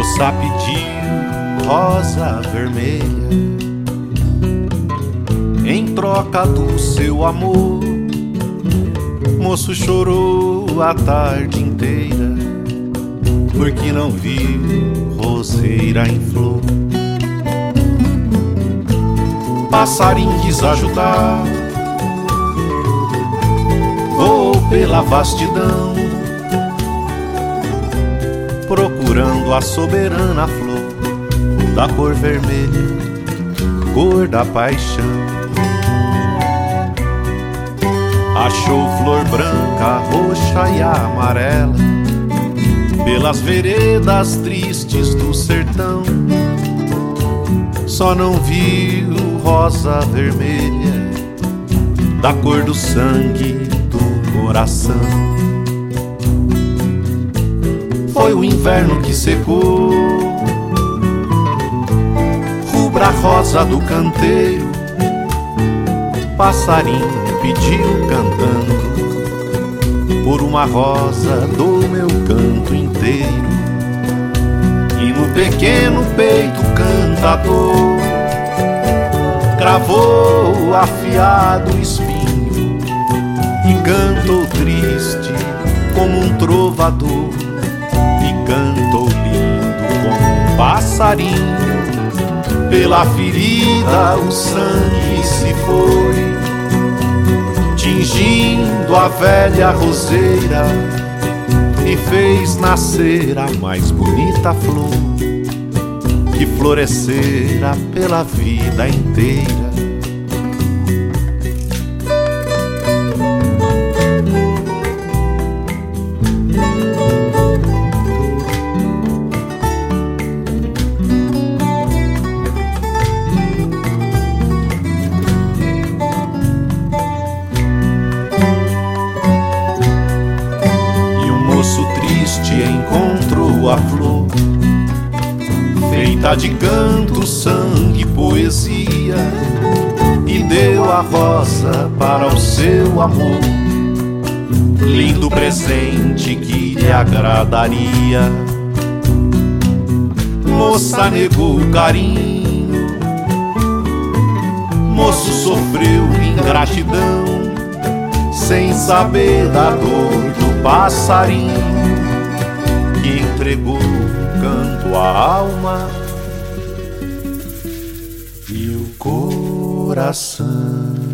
Moça pediu rosa vermelha em troca do seu amor. Moço chorou a tarde inteira porque não viu roseira em flor. Passarinho quis ajudar, voou pela vastidão, procurando a soberana flor da cor vermelha, cor da paixão. Achou flor branca, roxa e amarela pelas veredas tristes do sertão. Só não viu rosa vermelha da cor do sangue do coração. Foi o inverno que secou rubra rosa do canteiro. Passarinho pediu cantando por uma rosa do meu canto inteiro. E no pequeno peito cantador cravou o afiado espinho e cantou triste como um trovador, e cantou lindo como um passarinho. Pela ferida o sangue se foi, tingindo a velha roseira, e fez nascer a mais bonita flor que florescera pela vida inteira. Moço triste encontrou a flor feita de canto, sangue e poesia, e deu a rosa para o seu amor, lindo presente que lhe agradaria. Moça negou o carinho, moço sofreu ingratidão, sem saber da dor do passarinho que entregou o canto, a alma e o coração.